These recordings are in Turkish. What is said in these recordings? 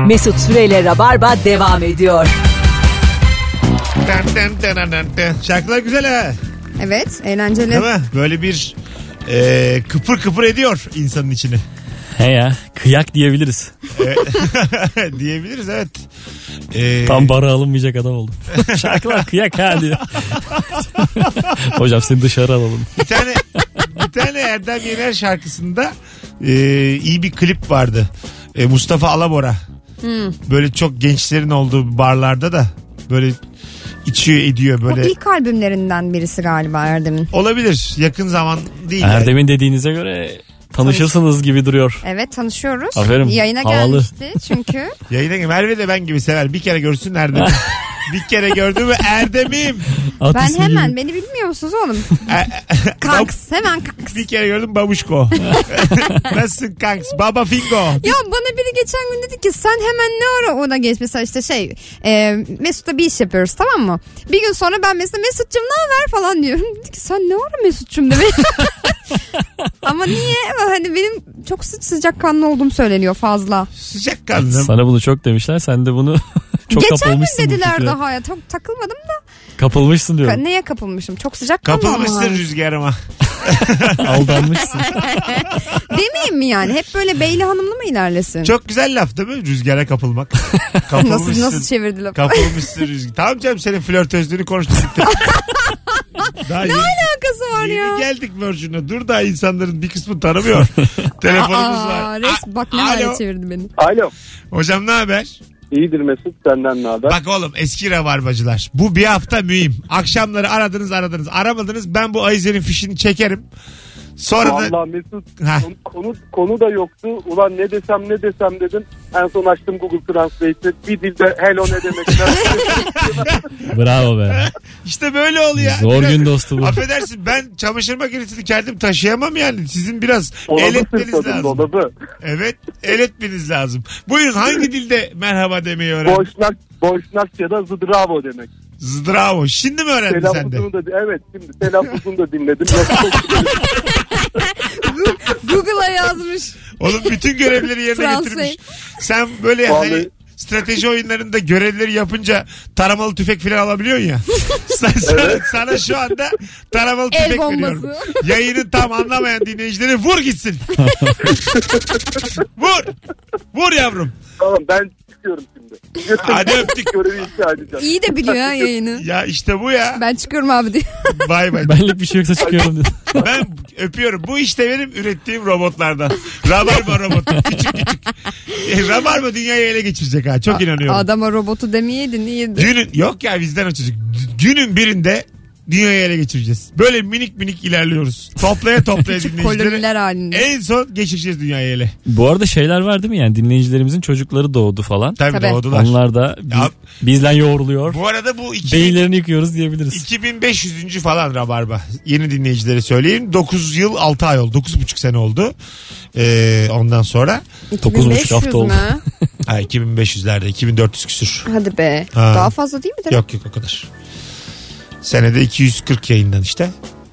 Mesut Süreyle Rabarba devam ediyor. Şarkılar güzel ha. Evet, eğlenceli. Değil mi? Böyle bir kıpır kıpır ediyor insanın içini. He ya, kıyak diyebiliriz. Diyebiliriz, evet. Tam bara alınmayacak adam oldum. Şarkılar kıyak ha diyor. Hocam seni dışarı alalım. Bir tane Erdem Yener şarkısında iyi bir klip vardı. Mustafa Alabora. Böyle çok gençlerin olduğu barlarda da böyle içiyor ediyor böyle. O ilk albümlerinden birisi galiba Erdem'in. Olabilir. Yakın zaman değil. Erdem'in yani dediğinize göre tanışırsınız gibi duruyor. Evet, tanışıyoruz. Aferin. Yayına havalı gelmişti çünkü. Yayına Merve de ben gibi sever. Bir kere görsün Erdem'i. Bir kere gördü mü Erdem'im. Ben hemen, beni bilmiyor musunuz oğlum? Kanks, hemen kanks. Bir kere gördüm babuşko. Nasılsın kanks? Baba Fingo. Ya bana biri geçen gün dedi ki sen hemen ne ara ona geç. Mesela işte Mesut'la bir iş yapıyoruz, tamam mı? Bir gün sonra ben Mesut'cum ne haber falan diyorum. Dedi ki sen ne ara Mesut'cum de Ama niye? Hani benim çok sıcakkanlı olduğum söyleniyor fazla. Sıcakkanlı. Sana bunu çok demişler, sen de bunu çok geçen kapılmışsın. Geçen gün dediler daha ya, çok takılmadım da. Kapılmışsın diyorum. Neye kapılmışım? Çok sıcakkanlı ama. Kapılmışsın rüzgarıma. Aldanmışsın. Demeyeyim mi yani? Hep böyle beyli hanımlı mı ilerlesin? Çok güzel laf değil mi? Rüzgara kapılmak. Nasıl çevirdi lafı? Kapılmışsın rüzgar. Tamam canım, senin flörtözlüğünü konuştuk. Ne alakası var ya? Yeni geldik Virgin'e. Dur da insanların bir kısmı tanımıyor. Telefonumuz var. Bak ne hale çevirdi beni. Alo. Hocam ne haber? İyidir Mesut, senden ne haber? Bak oğlum, eski rabarbacılar. Bu bir hafta mühim. Akşamları aradınız. Aramadınız. Ben bu Ayize'nin fişini çekerim. Sonra da... Vallahi Mesut konu da yoktu. Ulan ne desem dedim. En son açtım Google Translate'i. Bir dilde hello ne demek. Bravo be. İşte böyle oluyor. Zor gün dostu bu. Affedersin, ben çamaşır makinesini kendim taşıyamam yani. Sizin biraz el etmeniz lazım. Dolabı. Evet, el etmeniz lazım. Buyurun, hangi dilde merhaba demeyi öğrendin? Boşnakça'da zdravo demek. Zdravo. Şimdi mi öğrendin sen de? Evet, şimdi telaffuzunu da dinledim. Google'a yazmış. Oğlum bütün görevleri yerine getirmiş. Sen böyle hani strateji oyunlarında görevleri yapınca taramalı tüfek falan alabiliyorsun ya. Sana şu anda taramalı tüfek veriyorum. Yayını tam anlamayan dinleyicileri vur gitsin. Vur yavrum. Tamam, ben çıkıyorum şimdi. Hadi öptük. İyi de biliyor ha yayını. Ya işte bu ya. Ben çıkıyorum abi diyor. Bay bay. Benlik bir şey yoksa çıkıyorum dedi. Ben öpüyorum. Bu işte benim ürettiğim robotlardan. Rabarba robotu. Küçük. Rabarba dünyayı ele geçirecek ha. Çok inanıyorum. Adama robotu demeyeydin, iyiydi. Yok ya, bizden o çocuk. Günün birinde dünyayı ele geçireceğiz. Böyle minik ilerliyoruz. Toplaya dinleyicileri. Koloniler halinde. En son geçireceğiz dünyayı ele. Bu arada şeyler var değil mi yani, dinleyicilerimizin çocukları doğdu falan. Tabii. Doğdular. Onlar da bizden yoğruluyor. Bu arada bu beyinlerini yıkıyoruz diyebiliriz. 2500. falan Rabarba. Yeni dinleyicileri söyleyeyim. 9 yıl 6 ay oldu. 9,5 sene oldu. Ondan sonra 9,5 hafta oldu. 2500'lerde 2400 küsür. Hadi be. Ha. Daha fazla değil midir? Yok o kadar. Senede 240 yayından işte.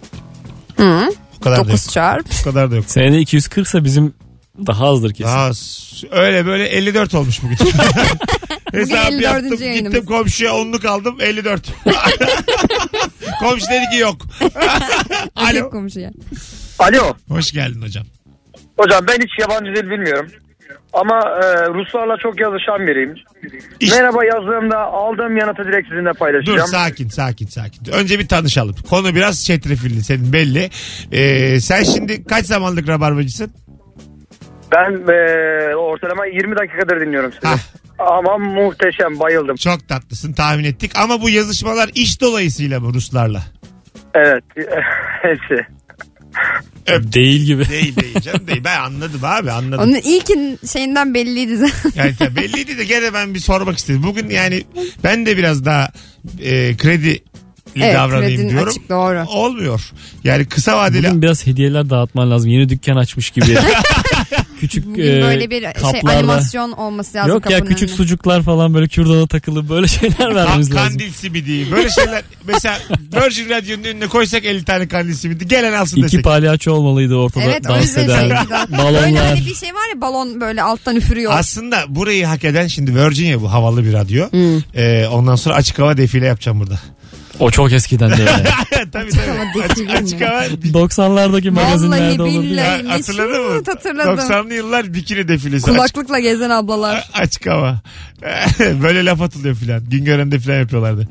O kadar 9 çarp. O kadar da yok. Senede 240 ise bizim daha azdır kesin. Daha öyle böyle 54 olmuş bugün. Hesap yaptım, gittim komşuya 10'luk aldım, 54. Komşu dedi ki yok. Alo. Alo. Hoş geldin hocam. Hocam ben hiç yabancı dil bilmiyorum. Ama Ruslarla çok yazışan biriyim. Merhaba yazdığımda aldığım yanıtı direkt sizinle paylaşacağım. Dur, sakin. Önce bir tanışalım. Konu biraz çetrefilli, senin belli. Sen şimdi kaç zamanlık rabarbacısın? Ben ortalama 20 dakikadır dinliyorum sizi. Ama muhteşem, bayıldım. Çok tatlısın, tahmin ettik. Ama bu yazışmalar iş dolayısıyla mı Ruslarla? Evet. Hepsi. Değil gibi. Değil canım, değil. Ben anladım abi, anladım. Onun ilkin şeyinden belliydi zaten. Yani tabii belliydi de gene ben bir sormak istedim. Bugün yani ben de biraz daha kredi davranayım diyorum. Açık, doğru. Olmuyor. Yani kısa vadeli. Bugün biraz hediyeler dağıtman lazım. Yeni dükkan açmış gibi. küçük böyle bir kaplarla. animasyon olması lazım. Yok ya, küçük sucuklar falan böyle kürdana takılı böyle şeyler vermemiz lazım. Kandil simidi. Böyle şeyler. Mesela Virgin Radio'nun önüne koysak 50 tane kandil simidi. Gelen alsın desek. 2 palyaço olmalıydı ortada, Evet, o dans yüzden eden. Böyle Balonlar. hani bir şey var ya, balon böyle alttan üfürüyor. Aslında burayı hak eden şimdi Virgin ya, bu havalı bir radyo. Ondan sonra açık hava defile yapacağım burada. O çok eskiden de yani. Tabii hava defile açık mi? hava. 90'lardaki magazinlerde Vallahi olurdu ya. billahi. Hatırladın mı? Hatırladım. 90'lı yıllar bikini defilesi. Kulaklıkla gezen ablalar. Açık hava. Böyle laf atılıyor filan. Güngören'de filan yapıyorlardı.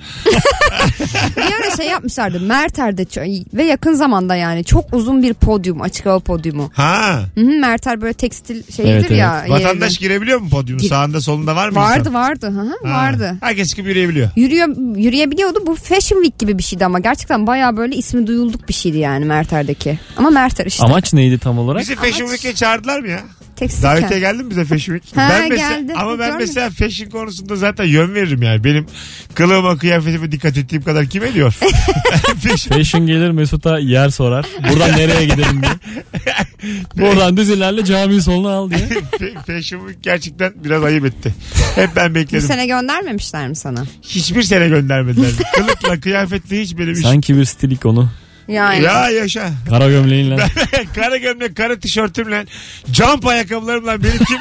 Bir ara şey yapmışlardı. Merter'de ve yakın zamanda yani çok uzun bir podyum, açık hava podyumu. Ha. Merter böyle tekstil şeyidir Evet, ya. Vatandaş yerine. girebiliyor mu podyumun? Sağında solunda var mı Vardı insan? vardı. Hı, Ha. vardı. Herkes çıkıp yürüyebiliyor. Yürüyebiliyordu. Bu Fashion Week gibi bir şeydi ama gerçekten bayağı böyle ismi duyulduk bir şeydi yani Merter'deki. Ama Merter işte. Amaç neydi tam olarak? Bizi Fashion Week'e çağırdılar mı ya? Tekstil. Davetiye geldin mi bize Fashion Week? Ha, ben mesela, geldi. ama ben Görmedim. mesela fashion konusunda zaten yön veririm yani. Benim kılığıma kıyafetime dikkat ettiğim kadar kim ediyor? Fashion gelir Mesut'a yer sorar. Buradan nereye gidelim diye. Buradan düz ilerle, cami soluna al diye. Fashion Week gerçekten biraz ayıp etti. Hep ben Bu bekledim. sene göndermemişler mi sana? Hiçbir sene göndermediler. Kılıkla kıyafetle hiç benim iş. Sanki bir stil ikonu. Yani. Ya yaşa. Kara gömleğinle. Kara gömlek, kara tişörtümle, jump ayakkabılarımla beni kim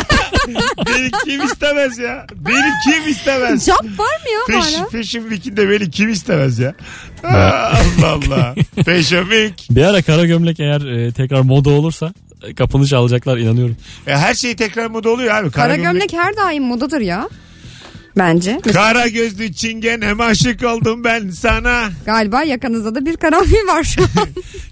beni kim istemez ya? Beni kim istemez? Jump var mı ya hala? Fashion Week'inde beni kim istemez ya? Allah Allah. Fashion Week. Bir ara kara gömlek eğer tekrar moda olursa kapını çalacaklar, inanıyorum. Her şey tekrar moda oluyor abi. Kara gömlek her daim modadır ya. Bence. Kara gözlü çingenem aşık oldum ben sana. Galiba yakanızda da bir karanfil var şu an.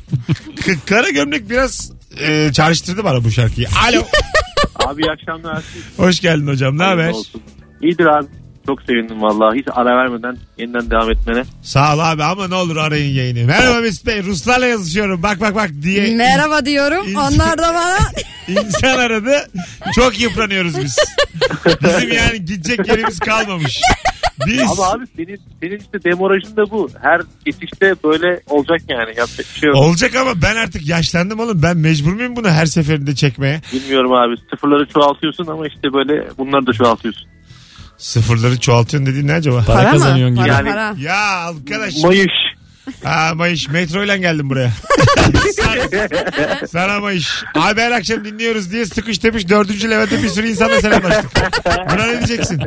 Kara gömlek biraz çağrıştırdı bana bu şarkıyı. Alo. Abi iyi akşamlar. Hoş geldin hocam. Ne haber? İyidir abi. Çok sevindim vallahi. Hiç ara vermeden yeniden devam etmene. Sağ ol abi ama ne olur arayın yayını. Merhaba Mesut Bey. Ruslarla yazışıyorum. Bak diye. Merhaba diyorum. Onlar da bana. İnsan aradı. Çok yıpranıyoruz biz. Bizim yani gidecek yerimiz kalmamış. Biz... Ama abi senin işte demorajın da bu. Her geçişte böyle olacak yani. Yapacak bir şey yok. Olacak ama ben artık yaşlandım oğlum. Ben mecbur muyum bunu her seferinde çekmeye? Bilmiyorum abi. Sıfırları çoğaltıyorsun ama işte böyle bunları da çoğaltıyorsun. Sıfırları çoğaltıyorsun dediğin ne acaba? Para kazanıyorsun mı? gibi. Yani- Para. Ya arkadaş. Mayış. Mayış. Metroyla geldim buraya. Sana Mayış. Abi her akşam dinliyoruz diye sıkış tepiş 4. Levent'te bir sürü insanla selamlaştık. Buna ne diyeceksin?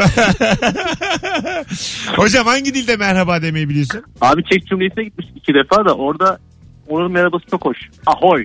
Hocam hangi dilde merhaba demeyi biliyorsun? Abi Çek Cumhuriyeti'ne gitmiş 2 defa da orada onun merhabası çok hoş. Ahoy.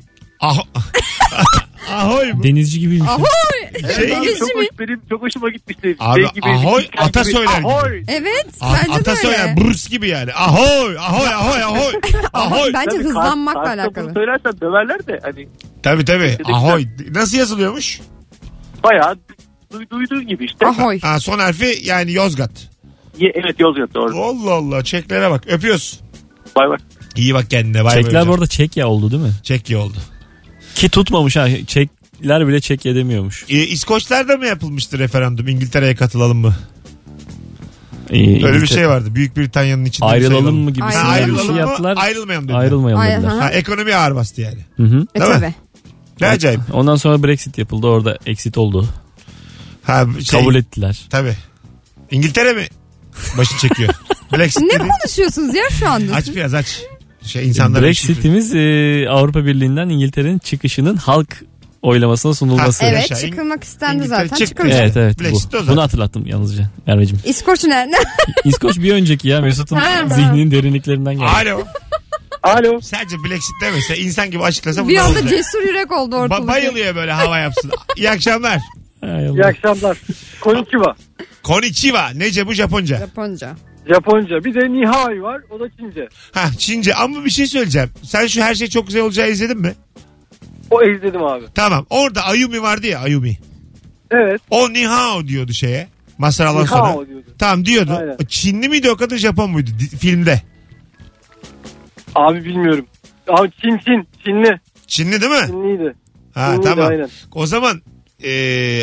Ahoy mu? Denizci gibiymiş. Şey gibi. Denizci Çok mi? hoş, benim çok hoşuma gitmişti. Abi gibi, ahoy İlker ata gibi. söyler gibi. Ahoy. Evet. Bence de Ata öyle. söyler. Brus gibi yani. Ahoy. Ama Ahoy. bence Tabii hızlanmakla karşıda alakalı. bunu söylersen döverler de hani Tabii. Ahoy. Nasıl yazılıyormuş? bayağı duyduğun gibi işte. Ahoy. Son harfi yani Yozgat. Evet Yozgat doğru. Allah Allah. Çeklere bak. Öpüyoruz. Bay bay. İyi bak kendine. Bay Çekler bay bu arada Çekya oldu değil mi? Çekya oldu. Ki tutmamış ha. Çekler bile Çekya demiyormuş. İskoçlar'da mı yapılmıştı referandum? İngiltere'ye katılalım mı? Öyle bir şey vardı. Büyük Britanya'nın içinde. Ayrılalım mı gibi Ayrılalım bir şey mı? yaptılar. Ayrılmayalım dediler. Ayrılmayalım Ay, dediler. aha. Ekonomi ağır bastı yani. Hı hı. Değil mi? Tabii. Ne acayip. Ondan sonra Brexit yapıldı. Orada exit oldu. Kabul ettiler. Tabii. İngiltere mi başını çekiyor? Brexit Ne dedi. konuşuyorsunuz ya şu anda? Aç biraz aç. İnsanlar Brexit'imiz Avrupa Birliği'nden İngiltere'nin çıkışının halk oylamasına sunulması. Ha, Evet, Yaşa. çıkılmak istendi İngiltere zaten. çıktı. Çıkılacak. Evet Brexit o bu. zaten. Bunu hatırlattım yalnızca Merveciğim. İskoç ne? İskoç bir önceki ya Mesut'un Ha. zihninin derinliklerinden geldi. Alo. Alo. Sadece Brexit demese insan gibi açıklasa Bir bunlar anda olacak. cesur yürek oldu ortalık. Bayılıyor böyle hava yapsın. İyi akşamlar. Hay Allah. İyi akşamlar. Konnichiwa. Konnichiwa. Nece bu Japonca? Japonca. Japonca. Bir de Nihai var. O da Çince. Çince. Ama bir şey söyleyeceğim. Sen şu Her Şey Çok Güzel Olacağı izledin mi? O izledim abi. Tamam. Orada Ayumi vardı ya, Ayumi. Evet. O Nihao diyordu şeye. Mazhar Alan sonra. Nihao diyordu. Tamam diyordu. Aynen. Çinli miydi o kadın, Japon muydu filmde? Abi bilmiyorum. Abi Çinli. Çinli değil mi? Çinliydi. Ha Çinliydi, tamam. aynen. O zaman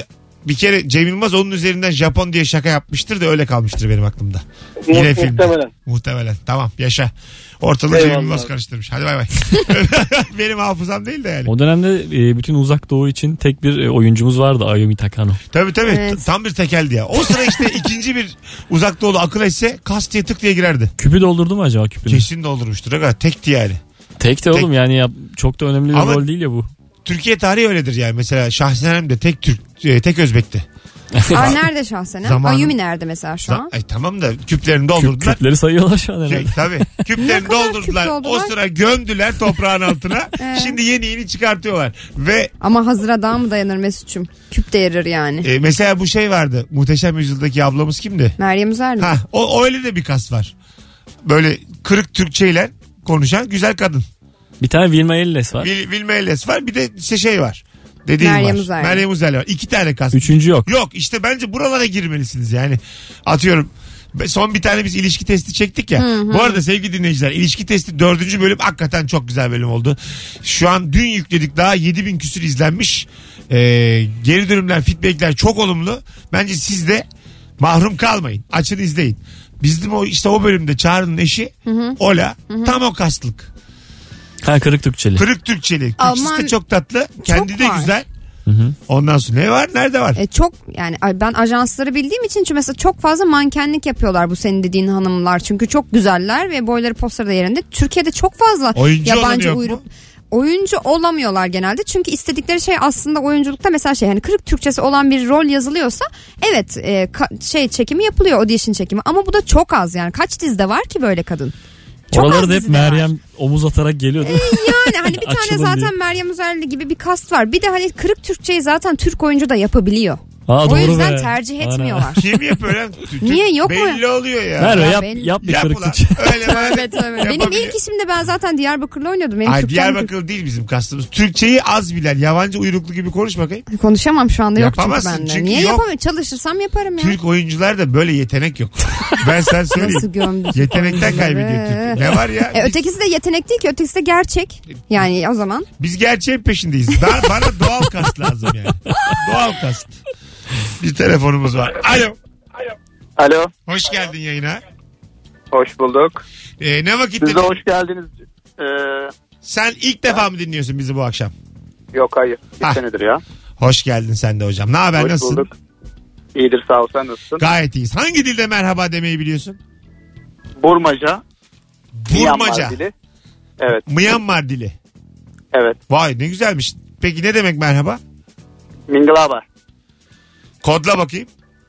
bir kere Cem Yılmaz onun üzerinden Japon diye şaka yapmıştır da öyle kalmıştır benim aklımda. Yine filmde. Muhtemelen. Tamam yaşa. Ortalığı Cem Yılmaz karıştırmış. Hadi bay bay. Benim hafızam değil de yani. O dönemde bütün uzak doğu için tek bir oyuncumuz vardı. Ayumi Takano. Tabii. Evet. Tam bir tekeldi ya. O sıra işte ikinci bir uzak doğulu akıl etse kas diye tık diye girerdi. Küpü doldurdu mu acaba küpünü? Kesin doldurmuştur. Aga tekti yani. Tek de oğlum yani çok da önemli bir Ama rol değil ya bu. Türkiye tarihi öyledir yani. Mesela Şahsenem de tek Özbek'ti. Nerede Şahsenem? Zamanın- Ayumi nerede mesela şu an? Tamam da küplerini doldurdular. Küpleri sayıyorlar şu an herhalde. Tabii. Küplerini kadar küp doldurdular. doldular? O sıra gömdüler toprağın altına. Şimdi yeni çıkartıyorlar. Ve Ama hazıra daha mı dayanır Mesut'cum? Küp de yarar yani. mesela bu şey vardı. Muhteşem Yüzyıl'daki ablamız kimdi? Meryem Üzerli. Ha, o öyle de bir kas var. Böyle kırık Türkçeyle konuşan güzel kadın. Bir tane Vilma Elles var. Vilma Elles var. Bir de şey var. Dediğim Meryem var. Uzerli. Meryem Uzerli var. 2 tane kas. Üçüncü yok. Yok işte bence buralara girmelisiniz yani. Atıyorum. Son bir tane biz ilişki testi çektik ya. Bu arada sevgili dinleyiciler ilişki testi 4. bölüm hakikaten çok güzel bölüm oldu. Şu an dün yükledik daha 7.000 küsür izlenmiş. Geri dönümler, feedbackler çok olumlu. Bence siz de mahrum kalmayın. Açın izleyin. Bizim o bölümde Çağrı'nın eşi Ola tam o kaslık. Kırık Türkçeli. Kırık Türkçeli. Türkçesi de çok tatlı. Kendi de var. güzel. Ondan sonra ne var? Nerede var? Çok yani ben ajansları bildiğim için çünkü mesela çok fazla mankenlik yapıyorlar bu senin dediğin hanımlar. Çünkü çok güzeller ve boyları postları da yerinde. Türkiye'de çok fazla Oyuncu olanı yabancı yok mu? uyruk. Oyuncu olamıyorlar genelde. Çünkü istedikleri şey aslında oyunculukta mesela hani kırık Türkçesi olan bir rol yazılıyorsa evet çekimi yapılıyor, audition çekimi. Ama bu da çok az yani. Kaç dizide var ki böyle kadın? Çok az Oralarda hep dizide var. Meryem omuz atarak geliyor değil mi? Yani hani bir tane Açılın zaten diye. Meryem Üzerli gibi bir kast var. Bir de hani kırık Türkçeyi zaten Türk oyuncu da yapabiliyor. Aa, O doğru yüzden be. tercih Ana. etmiyorlar. Kim yapıyor lan? Niye, yok mu? Belli oluyor ya. Merve Ya yap, benim- yap bir Yap kırık ulan. Türkçe. Öyle ben. Evet. Benim Yapabiliyor. ilk işimde ben zaten Diyarbakır'la oynuyordum. Benim Ay Türkçem Diyarbakır değil bizim kastımız. Türkçeyi az bilen yabancı uyruklu gibi konuş bakayım. konuşamam şu anda yok çünkü Yapamazsın bende. çünkü Niye yok. yapamıyorum? Çalışırsam yaparım ya. Türk oyuncularda böyle yetenek yok. Ben sana Nasıl söyleyeyim. gömdü? Yetenekten kaybediyor Türk. Ne var ya? Ötekisi de yetenek değil ki, ötekisi de gerçek. Yani o zaman. Biz gerçeğin peşindeyiz. Bana doğal kast lazım yani. Doğal kast. Bir telefonumuz var. Alo. Alo. Hoş geldin yayına. Hoş bulduk. Ne vakit Siz de hoş geldiniz. Sen ilk defa mı dinliyorsun bizi bu akşam? Yok hayır. Bir Ah. senedir ya. Hoş geldin sen de hocam. Ne haber, Hoş nasılsın? bulduk. İyidir sağ ol, sen nasılsın? Gayet iyiyiz. Hangi dilde merhaba demeyi biliyorsun? Burmaca. Burmaca. Myanmar dili. Evet. Myanmar dili. Evet. Vay ne güzelmiş. Peki ne demek merhaba? Minglaba. Kodla bakayım.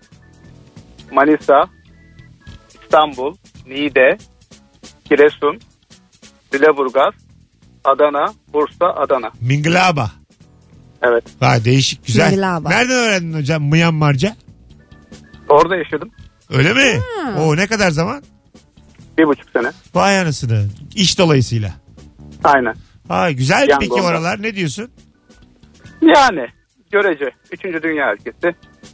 Manisa. İstanbul. Niğde. Giresun. Lüleburgaz. Adana. Bursa. Adana. Minglaba. Evet. Vay değişik güzel. Minglaba. Nereden öğrendin hocam Myanmarca? Orada yaşadım. Öyle mi? O ne kadar zaman? 1,5 sene. Vay anasını. İş dolayısıyla. Aynen. Vay güzel Yandı peki orada. oralar ne diyorsun? Yani görece. 3. Dünya ülkesi.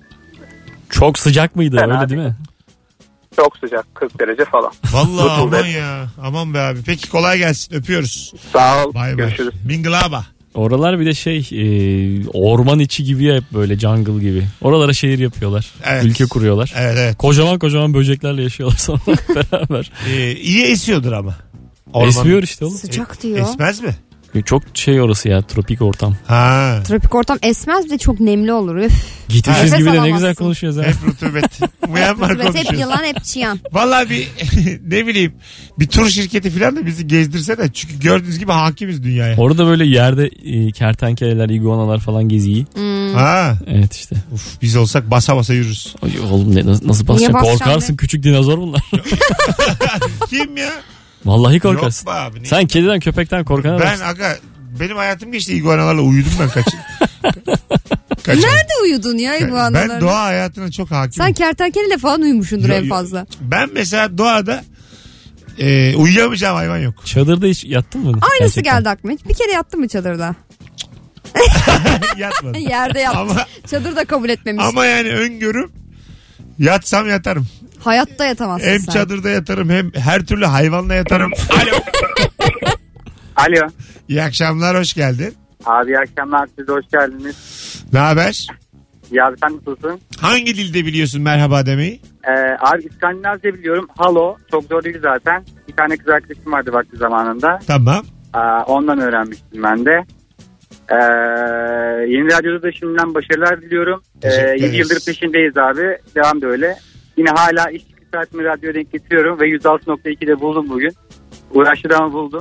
Çok sıcak mıydı Fena öyle değil mi? Çok sıcak. 40 derece falan. Vallahi aman Rutubet. ya. Aman be abi. Peki kolay gelsin. Öpüyoruz. Sağ ol. Bay bay. Görüşürüz. Minglaba. Oralar bir de orman içi gibi ya, hep böyle jungle gibi. Oralara şehir yapıyorlar. Evet. Ülke kuruyorlar. Evet. Kocaman böceklerle yaşıyorlar sonra beraber. İyi esiyordur ama. Esmiyor işte oğlum. Sıcak diyor. Esmez mi? Çok orası ya, tropik ortam. Ha. Tropik ortam esmez, bir de çok nemli olur. Üf. Gitmişiz Nefes gibi de ne alamazsın. güzel konuşuyoruz ha. Hep rutubet. Myanmar Hep konuşuyoruz. yılan hep çiyan. Vallahi bir ne bileyim bir tur şirketi falan da bizi gezdirse de çünkü gördüğünüz gibi hakimiz dünyaya. Orada böyle yerde kertenkeleler, iguanalar falan geziyor. Ha. Evet işte. Uf, biz olsak basa basa yürürüz. Ay, oğlum nasıl basacaksın? basacaksın Korkarsın, be? küçük dinozor bunlar. Kim ya? Vallahi korkarsın. Yok be abi. Sen kediden köpekten korkan Ben adamsın. aga benim hayatım geçti iguanalarla uyudum ben kaç. Nerede uyudun ya bu anılar? Ben doğa hayatına çok hakimim. Sen kertenkeleyle falan uyumuşsundur en fazla. Ben mesela doğada uyuyamayacağım hayvan yok. Çadırda hiç yattın mı? Aynısı Gerçekten. geldi aklıma. Bir kere yattın mı çadırda? Yatmadım. Yerde yattın. Ama- Çadır da kabul etmemiş. Ama yani öngörüm yatsam yatarım. Hayatta yatamazsın Hem sen. çadırda yatarım hem her türlü hayvanla yatarım. Alo. Alo. İyi akşamlar hoş geldin. Abi iyi akşamlar. Siz de hoş geldiniz. Ne haber? Ya abi sen nasılsın? Hangi dilde biliyorsun merhaba demeyi? Abi İskandinavca biliyorum. Halo. Çok zor değil zaten. Bir tane kız arkadaşım vardı vakti zamanında. Tamam. Ondan öğrenmiştim ben de. Yeni radyoda da şimdiden başarılar diliyorum. 7 yıldır peşindeyiz abi. Devam da öyle. Yine hala iş saatimi radyoya denk getiriyorum ve 106.2'de buldum bugün. Uğraştı ama buldum.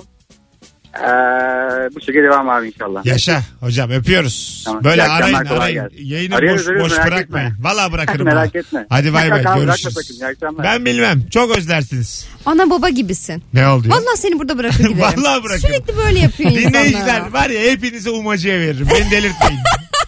Bu şekilde devam abi inşallah. Yaşa hocam, öpüyoruz. Tamam. Böyle Akşamlar, arayın. Yayını arıyoruz, boş merak bırakmayın. etme. Valla bırakırım. Merak etme. Hadi bay bay, Tamam, görüşürüz. sakın, Ben bilmem, çok özlersiniz. Ana baba gibisin. Ne oldu ya? Vallahi seni burada bırakır giderim. Vallahi bırakırım. Sürekli böyle yapıyor insanlar. Dinleyiciler var ya, hepinize umacıya veririm. Beni delirtmeyin.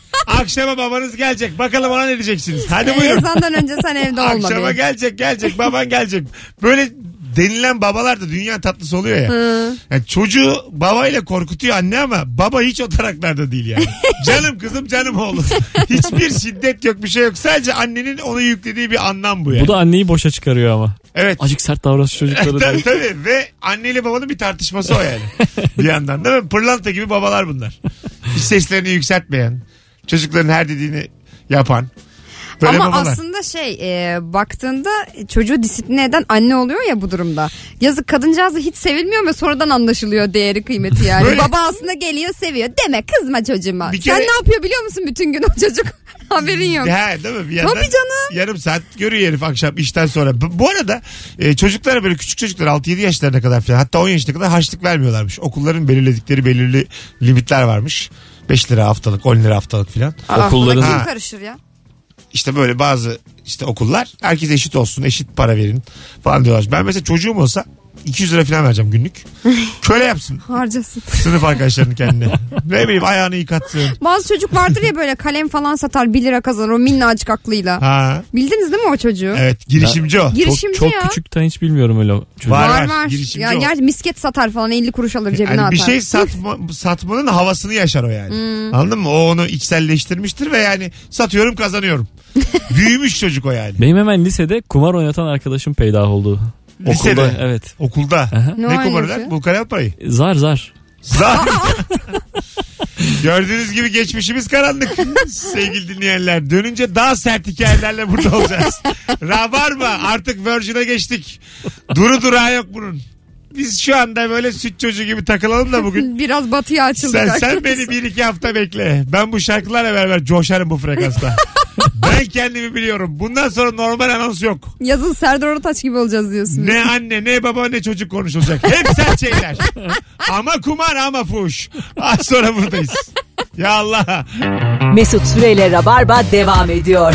Akşama babanız gelecek. Bakalım ona ne diyeceksiniz. Hadi buyurun. Ezandan önce sen evde olma. Akşama gelecek. Baban gelecek. Böyle denilen babalar da dünya tatlısı oluyor ya. Yani çocuğu babayla korkutuyor anne ama baba hiç o taraklarda değil yani. Canım kızım, canım oğlum. Hiçbir şiddet yok, bir şey yok. Sadece annenin ona yüklediği bir anlam bu yani. Bu da anneyi boşa çıkarıyor ama. Evet. Acık sert davranış çocukları da. Tabii ve anneyle babanın bir tartışması o yani. Bir yandan değil mi? Pırlanta gibi babalar bunlar. Hiç seslerini yükseltmeyen, çocukların her dediğini yapan. Böyle ama babalar. aslında baktığında çocuğu disipline eden anne oluyor ya bu durumda. Yazık, kadıncağız da hiç sevilmiyor ve sonradan anlaşılıyor değeri kıymeti yani. Böyle... Baba aslında geliyor, seviyor. Deme, kızma çocuğuma. Bir kere... Sen ne yapıyor biliyor musun bütün gün o çocuk? Haberin yok. Ya, değil mi? Bir yandan tabii canım. Yarım saat görüyor herif akşam işten sonra. Bu arada çocuklara, böyle küçük çocuklar 6-7 yaşlarına kadar falan, hatta 10 yaşına kadar harçlık vermiyorlarmış. Okulların belirledikleri belirli limitler varmış. 5 lira haftalık, 10 lira haftalık falan. Okulların... Kim karışır ya? İşte böyle bazı okullar herkese eşit olsun, eşit para verin falan diyorlar. Ben mesela çocuğum olsa 200 lira falan vereceğim günlük. Köle yapsın. Harcasın. Sınıf arkadaşlarını kendine. Ne bileyim, ayağını yıkatsın. Bazı çocuk vardır ya, böyle kalem falan satar, 1 lira kazanır o minnacık aklıyla. Ha. Bildiniz değil mi o çocuğu? Evet, girişimci o. Girişimci çok ya. küçükten hiç bilmiyorum öyle çocuğu. Var. Girişimci ya, o. gerçi misket satar falan, 50 kuruş alır cebine Yani atar. bir şey satmanın havasını yaşar o yani. Anladın mı? O onu içselleştirmiştir ve yani satıyorum, kazanıyorum. Büyümüş çocuk o yani. Benim hemen lisede kumar oynatan arkadaşım peydah oldu. Lisede? Okulda, evet. Okulda. Aha. Ne kumarı lan? Bulkara parayı. Zar. Gördüğünüz gibi geçmişimiz karanlık. Sevgili dinleyenler, dönünce daha sert hikayelerle burada olacağız. Rabarba, artık Virgin'e geçtik. Durağı yok bunun. Biz şu anda böyle süt çocuğu gibi takılalım da bugün. Biraz batıya açıldık. Sen beni 1-2 hafta bekle. Ben bu şarkılarla beraber coşarım bu frekansta. Ben kendimi biliyorum. Bundan sonra normal anons yok. Yazın Serdar Ortaç gibi olacağız diyorsun. Ne anne, ne baba, ne çocuk konuşulacak. Hep sert şeyler. Ama kumar, ama fuş. Az sonra buradayız. Ya Allah. Mesut Süreyle Rabarba devam ediyor.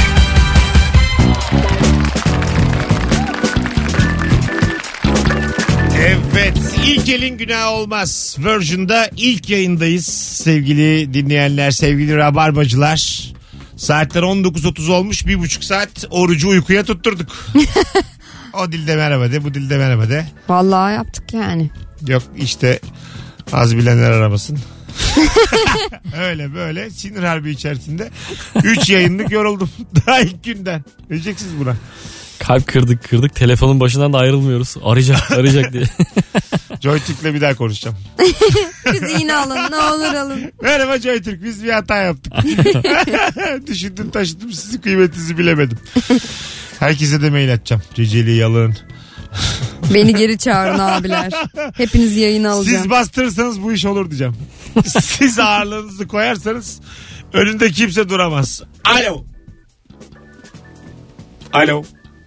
Evet, ilk elin günahı olmaz. Virgin'da ilk yayındayız sevgili dinleyenler, sevgili rabarbacılar. Saatler 19.30 olmuş, 1,5 saat orucu uykuya tutturduk. O dilde merhaba de, bu dilde merhaba de. Vallahi yaptık yani. Yok işte, az bilenler aramasın. Öyle böyle sinir harbi içerisinde 3 yayınlık yoruldum. Daha ilk günden. Öleceksiniz buna. Kalp kırdık. Telefonun başından da ayrılmıyoruz. Arayacak diye. JoyTürk'le bir daha konuşacağım. Bizi yine alın, ne olur alın. Merhaba JoyTürk, biz bir hata yaptık. Düşündüm taşıdım, sizi kıymetinizi bilemedim. Herkese de mail atacağım. Ceceli Yalın. Beni geri çağırın abiler. Hepinizi yayına alacağım. Siz bastırırsanız bu iş olur diyeceğim. Siz ağırlığınızı koyarsanız önünde kimse duramaz. Alo. Alo.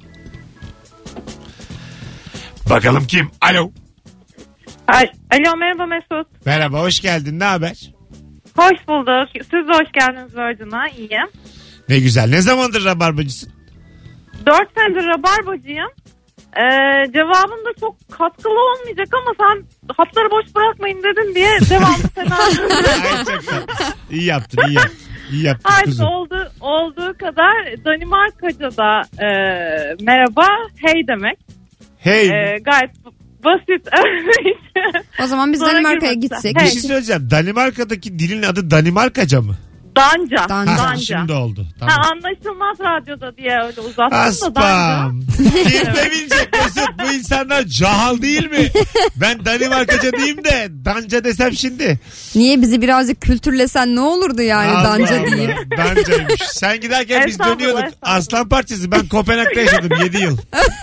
Bakalım kim? Alo. Alo, merhaba Mesut. Merhaba, hoş geldin. Ne haber? Hoş bulduk. Siz de hoş geldiniz Virgin'a. İyiyim. Ne güzel. Ne zamandır rabarbacısın? 4 senedir rabarbacıyım. Cevabın da çok katkılı olmayacak ama sen hatları boş bırakmayın dedin diye devamlı fena. İyi yaptın. İyi yaptın Hayır, kızım. olduğu kadar Danimarkaca'da merhaba hey demek. Hey. Gayet basit. O zaman biz Sonra Danimarka'ya girmekten. gitsek. Bir şey söyleyeceğim. Danimarka'daki dilin adı Danimarkaca mı? Danca. Ha, şimdi oldu. Tamam. Anlaşılmaz radyoda diye öyle uzattım da Aspam. Danca. Kim de bilecek Mesut, bu insanlar cahal değil mi? Ben Danimarkaca diyeyim de Danca desem şimdi. Niye bizi birazcık kültürlesen ne olurdu yani Allah Danca Allah. diyeyim. Dancaymış. Sen giderken biz Estağfurullah, dönüyorduk. estağfurullah. Aslan Partisi. Ben Kopenhag'da yaşadım 7 yıl.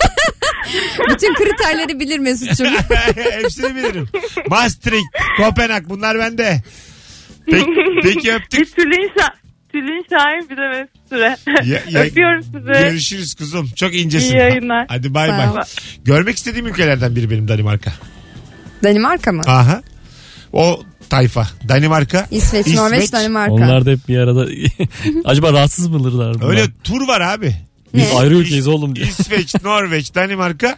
Bütün kriterleri bilir Mesut'cum. Hepsini bilirim. Maastricht, Kopenhag, bunlar bende. Peki öptük. Bir Tülin Şahin bir de Mesut Süre. Öpüyorum sizi. Görüşürüz kuzum. Çok incesin. İyi yayınlar. Hadi bay Sağ bay. ol. Görmek istediğim ülkelerden biri benim Danimarka. Danimarka mı? Aha. O tayfa. Danimarka. İsveç, Norveç, Danimarka. Onlar da hep bir arada. Acaba rahatsız mıdırlar bunlar? Öyle tur var abi. Biz Ne? ayrı ülkeyiz oğlum diye. İsveç, Norveç, Danimarka.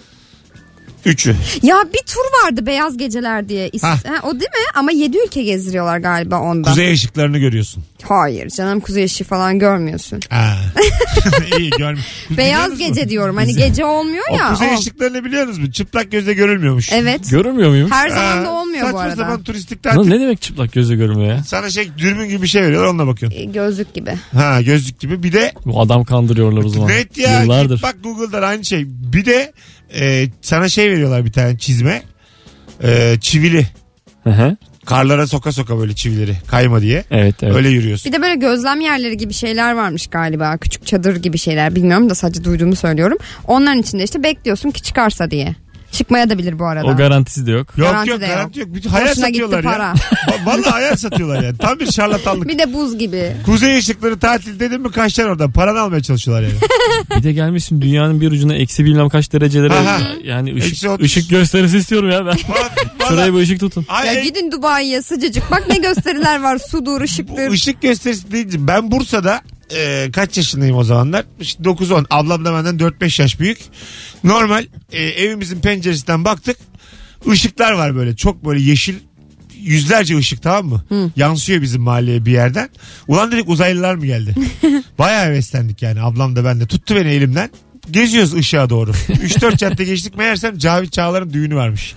Üçü. Ya bir tur vardı Beyaz Geceler diye. O değil mi? Ama 7 ülke gezdiriyorlar galiba onda. Kuzey ışıklarını görüyorsun. Hayır canım, kuzey ışığı falan görmüyorsun. Ha. İyi görmüş. Beyaz gece diyorum. Hani gece olmuyor O ya. kuzey o. ışıklarını biliyorsunuz mu? Çıplak gözle görülmüyormuş. Evet. Görünmüyor muyum? Her zaman Ha, da olmuyor bu saçma arada. sapan turistik Lan tatil. ne demek çıplak gözle görünmüyor ya? Sana dürbün gibi bir şey veriyorlar, onunla bakıyorsun. Gözlük gibi. Ha, gözlük gibi. Bir de Bu adam kandırıyorlar o zaman. net ya. Yıllardır. Bak Google'dan aynı şey. Bir de sana veriyorlar, bir tane çizme. Çivili. Hı hı. Karlara soka soka böyle çivileri. Kayma diye. Evet evet. Öyle yürüyorsun. Bir de böyle gözlem yerleri gibi şeyler varmış galiba. Küçük çadır gibi şeyler. Bilmiyorum da sadece duyduğumu söylüyorum. Onların içinde işte bekliyorsun ki çıkarsa diye. Çıkmaya da bilir bu arada. O garantisi de yok. Yok Garanti yok de garanti yok. Bütün hayal Hoşuna gitti satıyorlar para. ya. Vallahi hayal satıyorlar yani. Tam bir şarlatanlık. Bir de buz gibi. Kuzey ışıkları tatil dedim mi kaçlar oradan. Paranı almaya çalışıyorlar yani. Bir de gelmişsin dünyanın bir ucuna eksi bilmem kaç derecelere. Aha. Yani Eksi 30. ışık gösterisi istiyorum ya ben. Şuraya bir ışık tutun. Ay, Ya gidin Dubai'ye sıcacık. Bak ne gösteriler var. Sudur, ışıktır. Işık gösterisi deyince ben Bursa'da kaç yaşındayım o zamanlar? İşte 9-10. Ablam da benden 4-5 yaş büyük. Normal evimizin penceresinden baktık. Işıklar var böyle. Çok böyle yeşil, yüzlerce ışık, tamam mı? Yansıyor bizim mahalleye bir yerden. Ulan dedik uzaylılar mı geldi? Bayağı heveslendik yani. Ablam da ben de. Tuttu beni elimden. Geziyoruz ışığa doğru. 3-4 cadde geçtik. Meğersem Cavit Çağlar'ın düğünü varmış.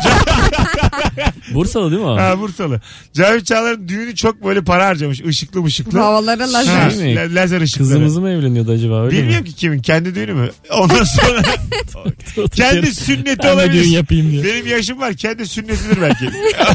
Bursalı değil mi o? Ha, Bursalı. Cavit Çağlar'ın düğünü çok böyle para harcamış. Işıklı mışıklı. Havalara lazer. Ha, Şey mi? lazer ışıkları. Kızımızı mı evleniyordu acaba öyle Bilmiyorum mi? ki kimin. Kendi düğünü mü? Ondan sonra kendi sünneti Ben de düğün olabilir. yapayım diye. Benim yaşım var. Kendi sünnetidir belki.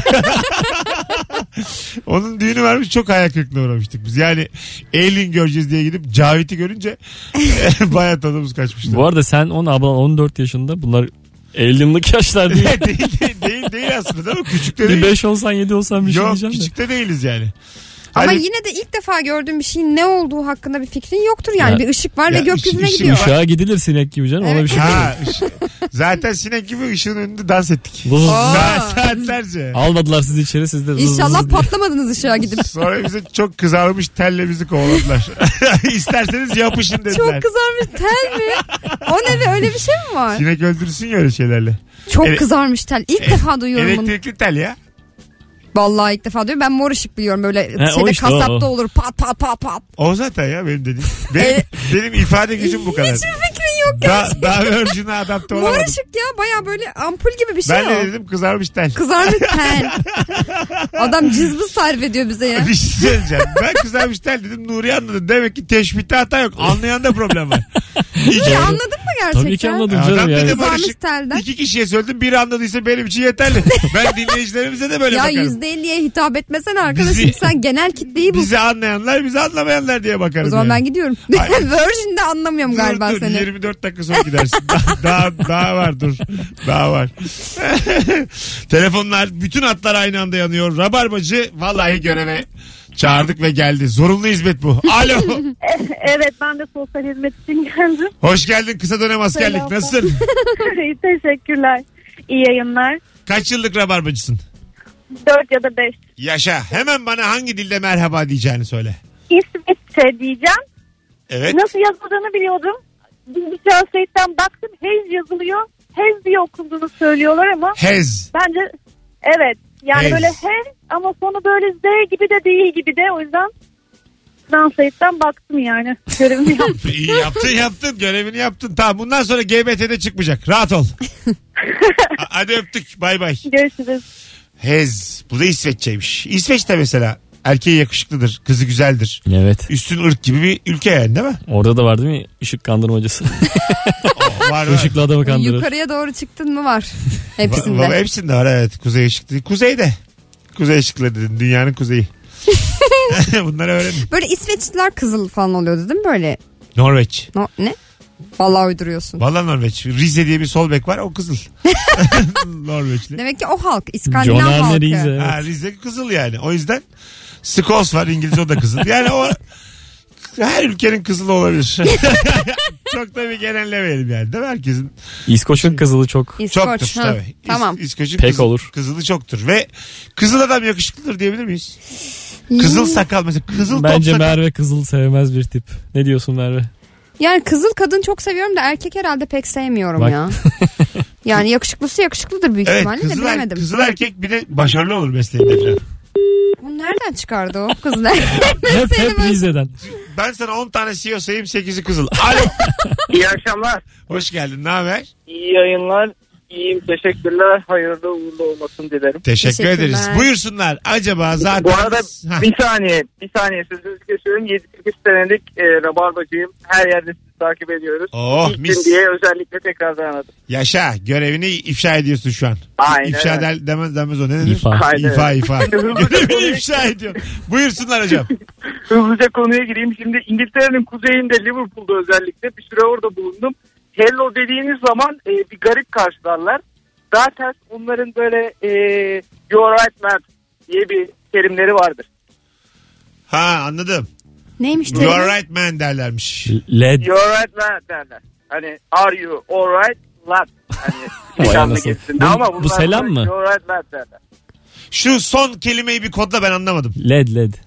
Onun düğünü varmış. Çok hayal kırıklığına uğramıştık biz. Yani Eylül'ün göreceğiz diye gidip Cavit'i görünce bayağı tadımız kaçmıştı. Bu arada sen 10 ablan 14 yaşında. Bunlar 50 yıllık yaşlar değil. değil aslında değil mi? Küçükte Bir değil. 5 olsan 7 olsan bir şey Yok diyeceğim de. küçükte değiliz yani. Ama Hani- yine de ilk defa gördüğüm bir şeyin ne olduğu hakkında bir fikrin yoktur yani. Ya- Bir ışık var Ya ve gökyüzüne ışık- gidiyor. Uşağa gidilir sinek gibi canım. Ona Evet. bir şey Ha, zaten sinek gibi ışığın önünde dans ettik. Vız vız. Saatlerce. Almadılar sizi içeri siz de vız vız İnşallah diye. patlamadınız ışığa gidip. Sonra bize çok kızarmış telle bizi kovaladılar. İsterseniz yapışın dediler. Çok kızarmış tel mi? O ne be, öyle bir şey mi var? Sinek öldürürsün ya öyle şeylerle. Çok Ele- kızarmış tel. İlk defa duyuyorum bunu. Elektrikli tel ya. Vallahi ilk defa duyuyorum. Ben mor ışık biliyorum. Böyle o şeyde işte, kasapta o. olur. Pat pat pat pat. O zaten ya benim dediğim. Benim ifade gücüm bu kadar. Hiçbir fikrin yok ya. Daha virgin'e adapte Mor olamadım. ışık ya. Baya böyle ampul gibi bir şey Ben o. de dedim kızarmış tel. Kızarmış tel. Adam cızbız tarif ediyor bize ya. Bir şey söyleyeceğim. Ben kızarmış tel dedim, Nuri anladı. Demek ki teşbihte hata yok. Anlayan da problem var. İyi, anladın mı gerçekten? Tabii ki anladım Adam canım dedi yani. Kızarmış barışık. telden. 2 kişiye söyledim, biri anladıysa benim için yeterli. Ben dinleyicilerimize de böyle Ya bakarım. %50'ye hitap etmesene arkadaşım. Bizi- Sen genel kitleyi bul. Bizi anlayanlar, bizi anlamayanlar diye bakarım. O zaman yani. ben gidiyorum. Hayır. Virgin'de anlamıyorum galiba Dur, seni. 24 dakika sonra gidersin. Daha var dur. Daha var. Telefonlar, bütün hatlar aynı anda yanıyor. Rabarbacı vallahi göreve çağırdık ve geldi. Zorunlu hizmet bu. Alo. Evet, ben de sosyal hizmet için geldim. Hoş geldin kısa dönem askerlik. Selam. Nasılsın? Teşekkürler. İyi yayınlar. Kaç yıllık rabarbacısın? 4 ya da 5. Yaşa. Hemen bana hangi dilde merhaba diyeceğini söyle. İsveççe diyeceğim. Evet. Nasıl yazıldığını biliyordum. Bir translate'den baktım. Hez yazılıyor. Hez diye okunduğunu söylüyorlar ama Hez. bence evet. Yani Hez. böyle hez ama sonu böyle z gibi de değil gibi de, o yüzden translate'den baktım yani. Görevimi yaptım. İyi yaptın. Görevini yaptın. Tamam, bundan sonra GBT'de çıkmayacak. Rahat ol. Hadi öptük. Bay bay. Görüşürüz. Hez. Bu da İsveççeymiş. İsveç'te mesela Erkeği yakışıklıdır. Kızı güzeldir. Evet. Üstün ırk gibi bir ülke yani değil mi? Orada da var değil mi? Işık kandırmacası. Var. Işıklı adamı kandırır. Yukarıya doğru çıktın mı var. Hepsinde. Hepsinde var evet. Kuzey ışıklı. Kuzeyde. Kuzey ışıklı dedin. Dünyanın kuzeyi. Bunları öğrenin. Böyle İsveçliler kızıl falan oluyordu değil mi böyle? Norveç. Ne? Vallahi uyduruyorsun. Vallahi Norveç. Rize diye bir sol bek var. O kızıl. Norveçli. Demek ki o halk. İskandinav halkı. Rize. Evet. Ha, Rize kızıl yani. O yüzden Skols var. İngilizce o da kızıl. Yani o her ülkenin kızılı olabilir. Çok da bir genellemeyelim yani. Değil mi herkesin? İskoç'un kızılı çok. Çoktur tabii. Tamam. İskoç'un Pek olur. Kızılı çoktur. Ve kızıl adam yakışıklıdır diyebilir miyiz? Kızıl sakal mesela. Kızıl Bence top sakal. Merve kızıl sevmez bir tip. Ne diyorsun Merve? Yani kızıl kadın çok seviyorum da erkek herhalde pek sevmiyorum Bak. ya. Yani yakışıklısı yakışıklıdır büyük ihtimalle de bilemedim. Kızıl erkek bir de başarılı olur mesleğinde falan. Bu nereden çıkardı o kızıl erkek? hep Rize'den. Ben sana 10 tane CEO sayayım 8'i kızıl. Alo. İyi akşamlar. Hoş geldin. Ne haber? İyi yayınlar. İyiyim, teşekkürler. Hayırlı uğurlu olmasını dilerim. Teşekkür ederiz. Buyursunlar. Acaba zaten... Bu arada bir saniye sözünüzü kesiyorum. 7-8 senelik rabarbacıyım. Her yerde sizi takip ediyoruz. Oh, İlkin mis. diye özellikle tekrardan aradım. Yaşa. Görevini ifşa ediyorsun şu an. Aynen. İfşa demez o. Ne denir? İfa. Görevini ifşa ediyor. Buyursunlar hocam. Hızlıca konuya gireyim. Şimdi İngiltere'nin kuzeyinde Liverpool'da özellikle bir süre orada bulundum. Hello dediğiniz zaman bir garip karşılarlar. Zaten onların böyle you're right man diye bir terimleri vardır. Ha anladım. Neymiş You are right man derlermiş. LED. You're right man derler. Hani are you alright lad. Hani nişanlı geçsin. Ama bu selam mı? You're right man derler. Şu son kelimeyi bir kodla ben anlamadım. LED.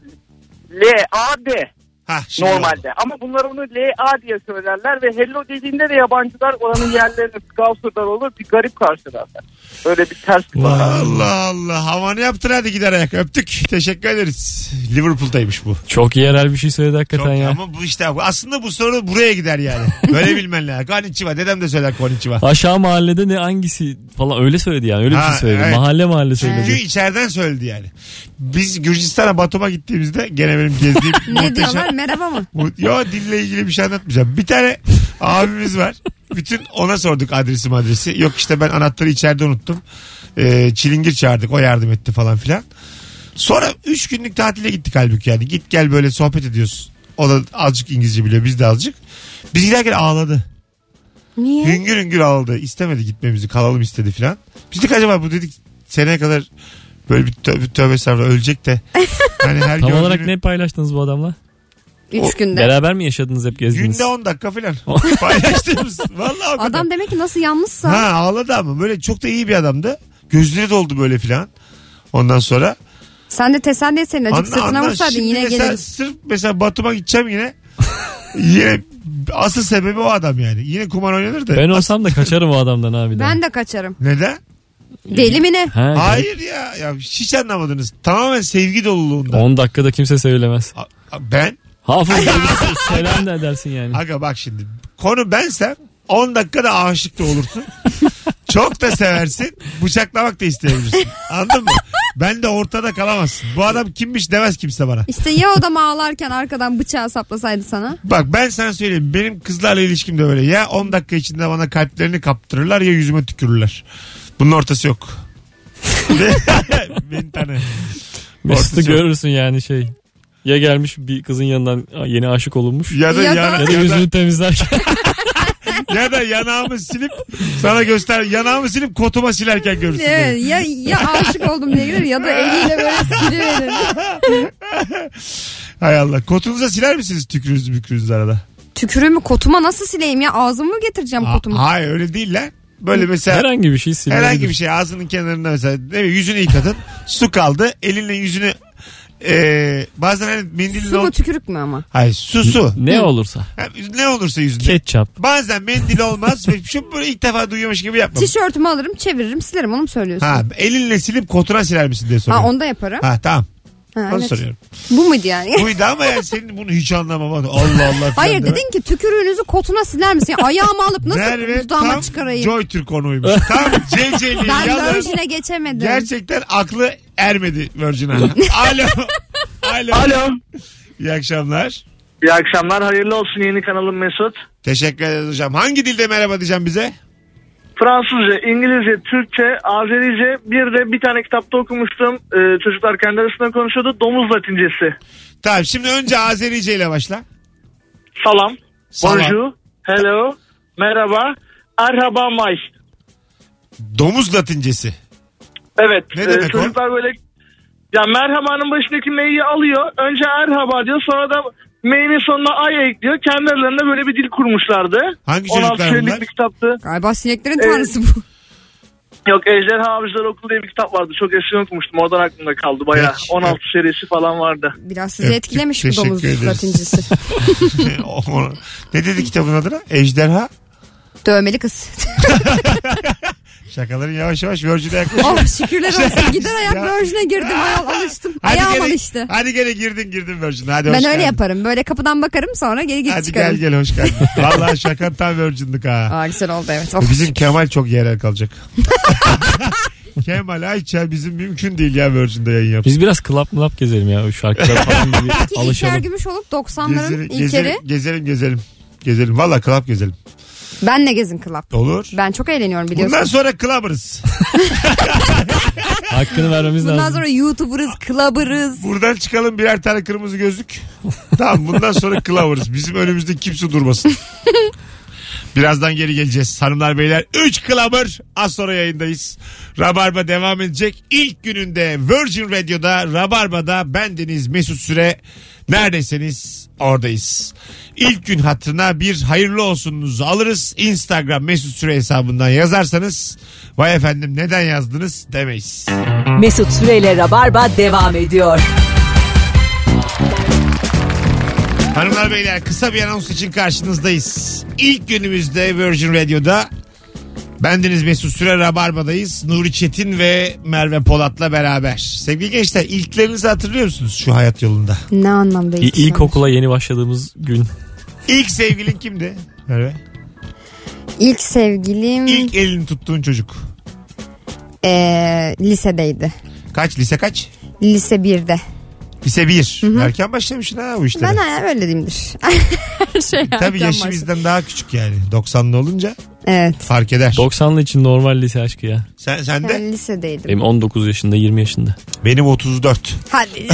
L-A-D. Normalde. Oldu. Ama bunlar onu L-A diye söylerler ve hello dediğinde de yabancılar oranın yerlerini Scouser'lar olur bir garip karşılarlar. Öyle bir terslik var. Allah Allah. Havanı yaptır hadi gider ayak. Öptük. Teşekkür ederiz. Liverpool'daymış bu. Çok yerel bir şey söyledi hakikaten Çok, ya. ama bu işte aslında bu soru buraya gider yani. Böyle bilmen lazım. Konnichiwa. Dedem de söyler konnichiwa. Aşağı mahallede ne hangisi falan öyle söyledi yani. Öyle bir şey söyledi. Evet. Mahalle söyledi. Çünkü içeriden söyledi yani. Biz Gürcistan'a Batum'a gittiğimizde gene benim gezdiğim ne diyorlar merhaba mı? Yo dille ilgili bir şey anlatmayacağım. Bir tane abimiz var. Bütün ona sorduk adresi. Yok işte ben anahtarı içeride unuttum. Çilingir çağırdık o yardım etti falan filan. Sonra 3 günlük tatile gittik halbuki yani. Git gel böyle sohbet ediyoruz. O da azıcık İngilizce biliyor biz de azıcık. Biz giderken ağladı. Niye? Hüngür hüngür ağladı. İstemedi gitmemizi kalalım istedi filan. Biz dedik acaba bu dedik seneye kadar böyle bir tövbe estağfurullah ölecek de. Hani her tam olarak ne paylaştınız bu adamla? 3 günde. Beraber mi yaşadınız hep gezdiniz? Günde 10 dakika falan. Paylaştığımız. Vallahi o kadar. Adam demek ki nasıl yalnızsa. Ha ağladı ama böyle çok da iyi bir adamdı. Gözleri doldu böyle filan. Ondan sonra. Sen de teselli etseydin. Acık sırtına vursaydın yine geliriz. Sırf mesela Batum'a gideceğim yine. Yine asıl sebebi o adam yani. Yine kumar oynanır da. Ben olsam da kaçarım o adamdan abi. Ben de kaçarım. Neden? Deli mi ne? Hayır ya hiç anlamadınız. Tamamen sevgi doluluğunda. 10 dakikada kimse söylemez. Ben? Hafız selam da edersin yani. Aga bak şimdi konu bensem 10 dakikada aşık da olursun. Çok da seversin. Bıçaklamak da isteyebilirsin. Anladın mı? Ben de ortada kalamazsın. Bu adam kimmiş demez kimse bana. İşte ya odama ağlarken arkadan bıçağı saplasaydı sana. Bak ben sana söyleyeyim. Benim kızlarla ilişkim de öyle. Ya 10 dakika içinde bana kalplerini kaptırırlar ya yüzüme tükürürler. Bunun ortası yok. Beni tanı. Mesut'u görürsün yani şey. Ya gelmiş bir kızın yanından yeni aşık olunmuş. Ya da yüzünü temizlerken. Ya da yanağımı silip sana yanağımı silip kotuma silerken görürsün. Evet, ya aşık oldum diye gelir ya da eliyle böyle siliverir. Hay Allah. Kotunuza siler misiniz tükürüğünüzü arada? Tükürüğümü kotuma nasıl sileyim ya? Ağzımı mı getireceğim kotumu? Hayır öyle değil lan. Böyle mesela. Herhangi bir şey silebilir. Herhangi bir şey ağzının kenarında mesela. Yüzünü yıkadın. Su kaldı. Elinle yüzünü bazen hani mendilin su mu tükürük mü ama? Hayır su. Ne olursa. Ne olursa yüzünde. Ketçap. Bazen mendil olmaz ve şu böyle ilk defa duyuyormuş gibi yapmam. Tişörtümü alırım çeviririm silerim onu mu söylüyorsun? Ha elinle silip kotuna siler misin diye soruyorum. Ha onu da yaparım. Ha tamam. Ha, onu evet. soruyorum. Bu muydu yani? Buydu ama yani senin bunu hiç anlamam. Allah Allah. Hayır dedin ki tükürüğünüzü kotuna siler misin? Ayağımı alıp nasıl dudağıma çıkarayım? Joy Türk konuymuş. Tam CC'li. Ben Virgin'e geçemedim. Gerçekten aklı ermedi Virgin'a. Alo. Alo. İyi akşamlar. İyi akşamlar. Hayırlı olsun yeni kanalım Mesut. Teşekkür ederiz hocam. Hangi dilde merhaba diyeceğim bize? Fransızca, İngilizce, Türkçe, Azerice, bir tane kitapta okumuştum. Çocuklar kendi arasında konuşuyordu. Domuz Latincesi. Tamam, şimdi önce Azerice ile başla. Salam. Salam. Bonjour. Hello. Merhaba. Erhaba may. Domuz Latincesi. Evet. Ne demek o? Çocuklar böyle ya merhabanın başındaki M'yi alıyor. Önce erhaba diyor. Sonra da M'nin sonuna ay ekliyor. Kendi aralarında böyle bir dil kurmuşlardı. Hangi 16 çocuklar serilik bunlar? bir kitaptı. Galiba sineklerin tanrısı bu. Yok, Ejderha Avcıları Okulu diye bir kitap vardı. Çok eskiden okumuştum. Oradan aklımda kaldı bayağı. Peki. 16 serisi falan vardı. Biraz sizi etkilemiş bu Teşekkür domuz ederiz. latincesi. Ne dedi kitabın adına? Ejderha? Dövmeli kız. Şakaların yavaş yavaş Virgin'e yaklaşıyor. Oh şükürler olsun. Gider ayak Ya. Virgin'e girdim. Alıştım. Hadi Ayağım gene- alıştı. Hadi gene girdin Virgin'e. Hadi hoş Ben öyle geldin. yaparım. Böyle kapıdan bakarım sonra geri Hadi çıkarım. gel hoş geldin. Vallahi şaka tam Virgin'lik ha. Aa, güzel oldu evet. Oh. Bizim Kemal çok yerel kalacak. Kemal Ayça bizim mümkün değil ya Virgin'de yayın yapsın. Biz biraz club gezelim ya. O şarkılar falan gibi Belki İlker alışalım. Gümüş olup 90'ların İlker'i. Gezelim. Valla club gezelim. Benle gezin club. Olur. Ben çok eğleniyorum biliyorsun. Bundan sonra club'ırız. Hakkını vermemiz Bundan lazım. sonra YouTuber'ız, club'ırız. Buradan çıkalım birer tane kırmızı gözlük. Tamam, bundan sonra club'ırız. Bizim önümüzde kimse durmasın. Birazdan geri geleceğiz. Hanımlar beyler 3 club'ır. Az sonra yayındayız. Rabarba devam edecek. İlk gününde Virgin Radio'da Rabarba'da bendeniz Mesut Süre. Neredeyseniz oradayız. İlk gün hatırına bir hayırlı olsununuzu alırız. Instagram Mesut Süre hesabından yazarsanız vay efendim neden yazdınız demeyiz. Mesut Süreyle Rabarba devam ediyor. Hanımlar beyler kısa bir anons için karşınızdayız. İlk günümüzde Virgin Radio'da bendeniz Mesut Süre Rabarba'dayız. Nuri Çetin ve Merve Polat'la beraber. Sevgili gençler, ilklerinizi hatırlıyor musunuz şu hayat yolunda? Ne anlamda İlkokula yeni başladığımız gün. İlk sevgilin kimdi Merve? İlk sevgilim İlk elini tuttuğun çocuk. Lisedeydi. Kaç? Lise kaç? Lise 1'de. Lise 1. Erken başlamışsın ha bu işlere. Ben öyle diyeyimdir. Tabii yaşı bizden daha küçük yani. 90'lı olunca evet. fark eder. 90'lı için normal lise aşkı ya. Sen de? Ben lisedeydim. Benim 19 yaşında 20 yaşında. Benim 34. Hadi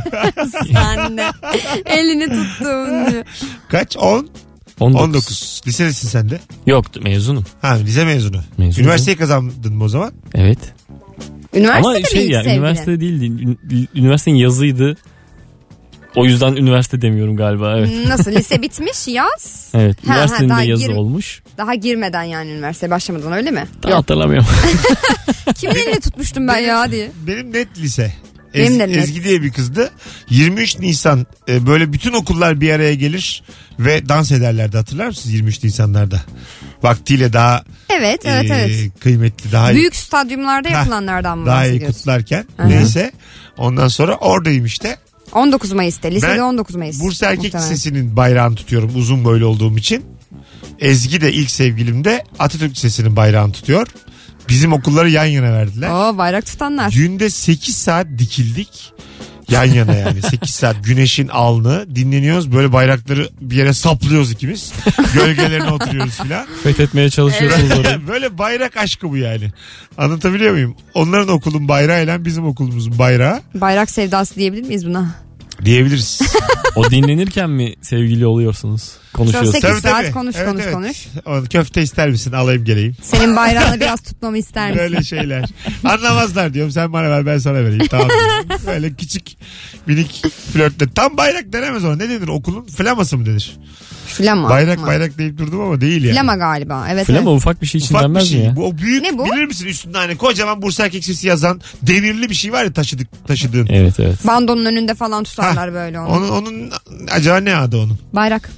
sen de. Elini tuttum. Kaç? 10? 19. Lisedesin sen de. Yok, mezunum. Ha, lise mezunu. Mezunum. Üniversiteyi kazandın mı o zaman? Evet. Üniversitede Ama mi şey ilk ya, sevgilin? üniversite değildi. Üniversitenin yazıydı. O yüzden üniversite demiyorum galiba. Evet. Nasıl? Lise bitmiş yaz. Evet. Üniversitenin daha de yazı olmuş. Daha girmeden yani üniversiteye başlamadan öyle mi? Tam hatırlamıyorum. Kimin elini tutmuştum ben ya diye. Benim net lise. Benim de net. Ezgi diye bir kızdı. 23 Nisan böyle bütün okullar bir araya gelir ve dans ederlerdi, hatırlar mısınız 23 Nisanlarda? Vaktiyle daha Evet. kıymetli, daha Büyük stadyumlarda yapılanlardan mı daha iyi bahsediyorsun? kutlarken. Hı-hı. Neyse. Ondan sonra oradayım işte. 19 Mayıs'ta. Lisede Ben 19 Mayıs. Bursa Erkek Muhtemelen. Lisesi'nin bayrağını tutuyorum uzun boylu olduğum için. Ezgi de ilk sevgilim de Atatürk Lisesi'nin bayrağını tutuyor. Bizim okulları yan yana verdiler. Oo, bayrak tutanlar. Günde 8 saat dikildik. Yan yana yani 8 saat güneşin alnı dinleniyoruz. Böyle bayrakları bir yere saplıyoruz ikimiz. Gölgelerine oturuyoruz filan. Fethetmeye çalışıyorsunuz orayı. Böyle bayrak aşkı bu yani. Anlatabiliyor muyum? Onların okulun bayrağıyla bizim okulumuzun bayrağı Bayrak sevdası diyebilir miyiz buna? diyebiliriz. O dinlenirken mi sevgili oluyorsunuz? Konuşuyorsunuz. 8 Tabii, saat tabii. konuş. O köfte ister misin? Alayım geleyim. Senin bayrağını biraz tutmamı ister misin? Böyle şeyler. Anlamazlar diyorum. Sen bana ver, ben sana vereyim. Tamam. Böyle küçük minik flörtle. Tam bayrak denemez ona. Ne denir? Okulun flaması mı denir? Flama. Bayrak deyip durdum ama değil yani. Flama galiba. Evet. Flama ufak bir şey için Ufak bir denmez şey. mi ya? Bu, o büyük, Ne bu? bilir misin üstünde hani kocaman Bursa Erkek Lisesi yazan demirli bir şey var ya taşıdığın. Evet. Bandonun önünde falan tutarlar böyle onu. Onun acaba ne adı onun? Bayrak.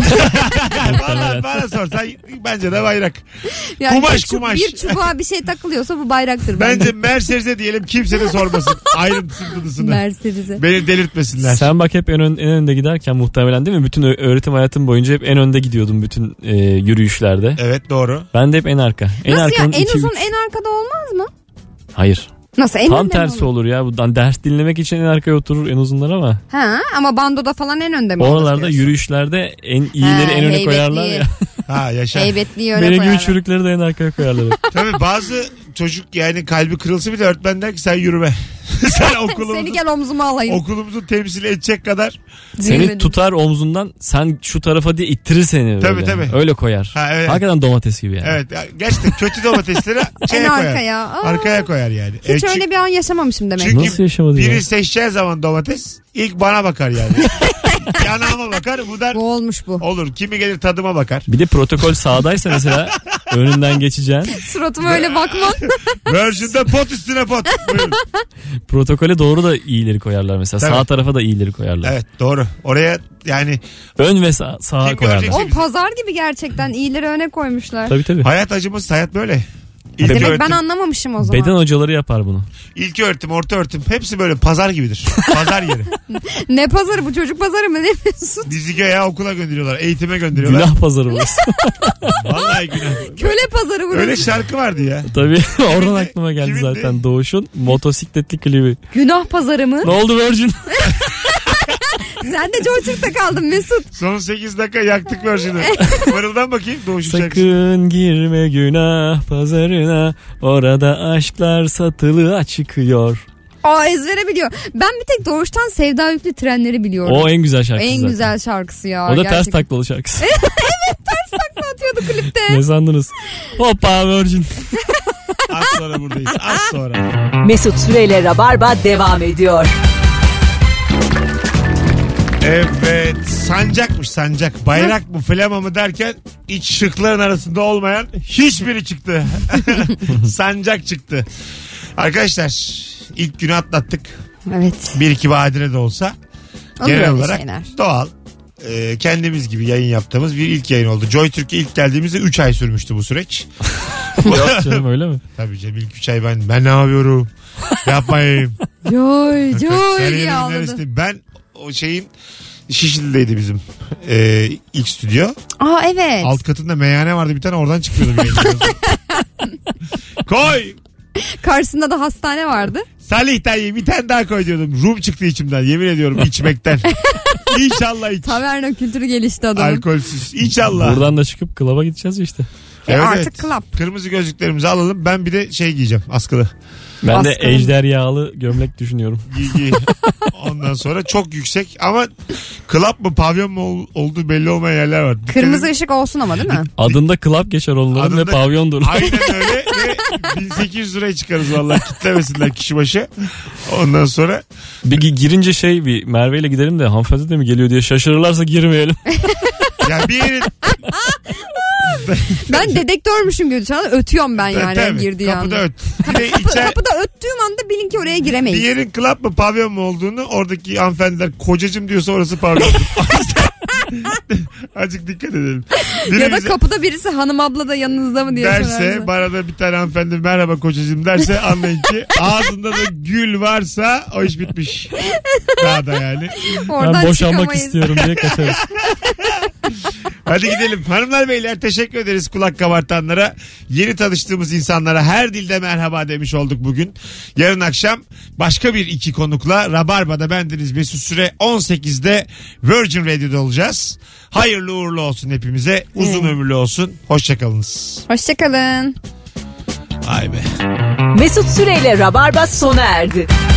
bana sorsan bence de bayrak. Yani Kumaş. Bir çubuğa bir şey takılıyorsa bu bayraktır. Bence Mercedes'e diyelim, kimse de sormasın ayrıntısını. Mercedes'e. Beni delirtmesinler. Sen bak hep en önde giderken muhtemelen değil mi? Bütün öğretim hayatım boyunca hep en önde gidiyordum bütün yürüyüşlerde. Evet, doğru. Ben de hep en arka. Nasıl ya? En iki, uzun üç. en arkada olmaz mı? Hayır. Nasıl? En Tam önde mi tersi olur ya. Buradan ders dinlemek için en arkaya oturur en uzunlar ama. Ha, ama bandoda falan en önde mi? Oralarda yürüyüşlerde en iyileri en öne koyarlar ya. Ha yaşa. Heybetliyi öne Benim koyarlar. gibi çürükleri de en arkaya koyarlar. Tabii bazı çocuk yani kalbi kırılsa bir de öğretmen der ki sen yürüme. Sen Seni gel omzuma alayım. okulumuzu temsil edecek kadar. Seni tutar omzundan, sen şu tarafa diye ittirir seni böyle. Tabii. Öyle koyar. Ha, evet. Hakikaten domates gibi yani. Evet gerçekten kötü domatesleri En koyar. arkaya. Aa. Arkaya koyar yani. Hiç öyle bir an yaşamamışım demek. Çünkü Nasıl yaşamadın biri ya? seçeceği zaman domates ilk bana bakar yani. Yanağıma bakar bu der. Bu olmuş bu. Olur. Kimi gelir tadıma bakar. Bir de protokol sağdaysa mesela önünden geçeceksin. Suratıma öyle bakman. Version'da pot üstüne pot. Buyurun. Protokole doğru da iyileri koyarlar mesela. Tabii. Sağ tarafa da iyileri koyarlar. Evet doğru. Oraya yani Ön ve sağa Kim koyarlar. görecek? O pazar gibi gerçekten. İyileri öne koymuşlar. Tabii. hayat acımız hayat böyle. İlk Demek öğretim, ben anlamamışım o zaman. Beden hocaları yapar bunu. ilk öğretim, orta öğretim hepsi böyle pazar gibidir. Pazar yeri. Ne pazarı bu, çocuk pazarı mı, ne diyorsun? Bizi göğe okula gönderiyorlar. Eğitime gönderiyorlar. Günah pazarı burası. Vallahi günah. Köle pazarı burası. Öyle şarkı vardı ya. Tabii oradan aklıma geldi Kimin de? zaten Doğuş'un motosikletli klibi. Günah pazarı mı? Ne oldu Virgin? Sen de George'lukta kaldın Mesut. Son 8 dakika yaktık versiyonu. Mırıldan bakayım Doğuş'un şarkısı. Sakın girme günah pazarına, orada aşklar satılığa çıkıyor. Aa, ezbere biliyor. Ben bir tek Doğuş'tan Sevda Yüklü Trenleri biliyorum. O en güzel şarkısı En zaten. güzel şarkısı ya. O da gerçekten. ters taklalı şarkısı. Ne atıyordu klipte? Ne sandınız? Hoppa Virgin. Az sonra buradayız. Az sonra. Mesut Süreyle Rabarba devam ediyor. Evet sancakmış sancak. Bayrak mı flama mı derken iç şıkların arasında olmayan hiçbiri çıktı. Sancak çıktı. Arkadaşlar ilk günü atlattık. Evet. Bir iki badire de olsa. Olur Genel öyle olarak şeyler. doğal. Kendimiz gibi yayın yaptığımız bir ilk yayın oldu. Joy Türkiye ilk geldiğimizde 3 ay sürmüştü bu süreç. Yok canım öyle mi? Tabii canım ilk 3 ay ben ne yapıyorum? Yapmayayım. Joy joy Kariyerin diye ağladı. neresinde? Ben o şeyin Şişli'deydi bizim ilk stüdyo. Aa evet. Alt katında meyhane vardı bir tane, oradan çıkıyordum. Koy. Karşısında da hastane vardı. Salih dayı bir tane daha koy diyordum. Rum çıktı içimden, yemin ediyorum, içmekten. İnşallah iç. Taverna kültürü gelişti adamın. Alkolsüz. İnşallah. Buradan da çıkıp klaba gideceğiz işte. Artık club. Kırmızı gözlüklerimizi alalım. Ben bir de şey giyeceğim, askılı. Ben de Askılı. ejder yağlı gömlek düşünüyorum. Giy. Ondan sonra çok yüksek ama club mı pavyon mu olduğu belli olmayan yerler var. Dikkat Kırmızı edin. ışık olsun ama değil mi? Adında club geçer onların ve Adında- pavyondur. Aynen öyle ve 1800 liraya çıkarız vallahi, kitlemesinler kişi başı. Ondan sonra Bir girince bir Merve ile gidelim de hanımefendi de mi geliyor diye şaşırırlarsa girmeyelim. ya bir yerin Ben dedektörmüşüm gibi şu an ötüyorum ben yani tabii, girdiği kapıda anda. öt. Bir de Kapıda öttüğüm anda bilin ki oraya bir giremeyiz. yerin club mı pavyon mu olduğunu oradaki hanımefendiler kocacım diyorsa orası pavyondur. Azıcık dikkat edelim. Biri Ya da bize kapıda birisi hanım abla da yanınızda mı diye derse, sorarsa. bana da bir tane hanımefendi merhaba kocacığım derse anlayın ki ağzında da gül varsa o iş bitmiş. Daha da yani. Oradan Ben boşanmak çıkamayız. istiyorum diye kaçarız. Hadi gidelim. Hanımlar beyler teşekkür ederiz kulak kabartanlara. Yeni tanıştığımız insanlara her dilde merhaba demiş olduk bugün. Yarın akşam başka bir iki konukla Rabarba'da bendeniz Mesut Süre 18'de Virgin Radio'da olacağız. Hayırlı uğurlu olsun hepimize. Uzun ömürlü olsun. Hoşçakalınız. Hoşçakalın. Ay be. Mesut Süreyle Rabarba sona erdi.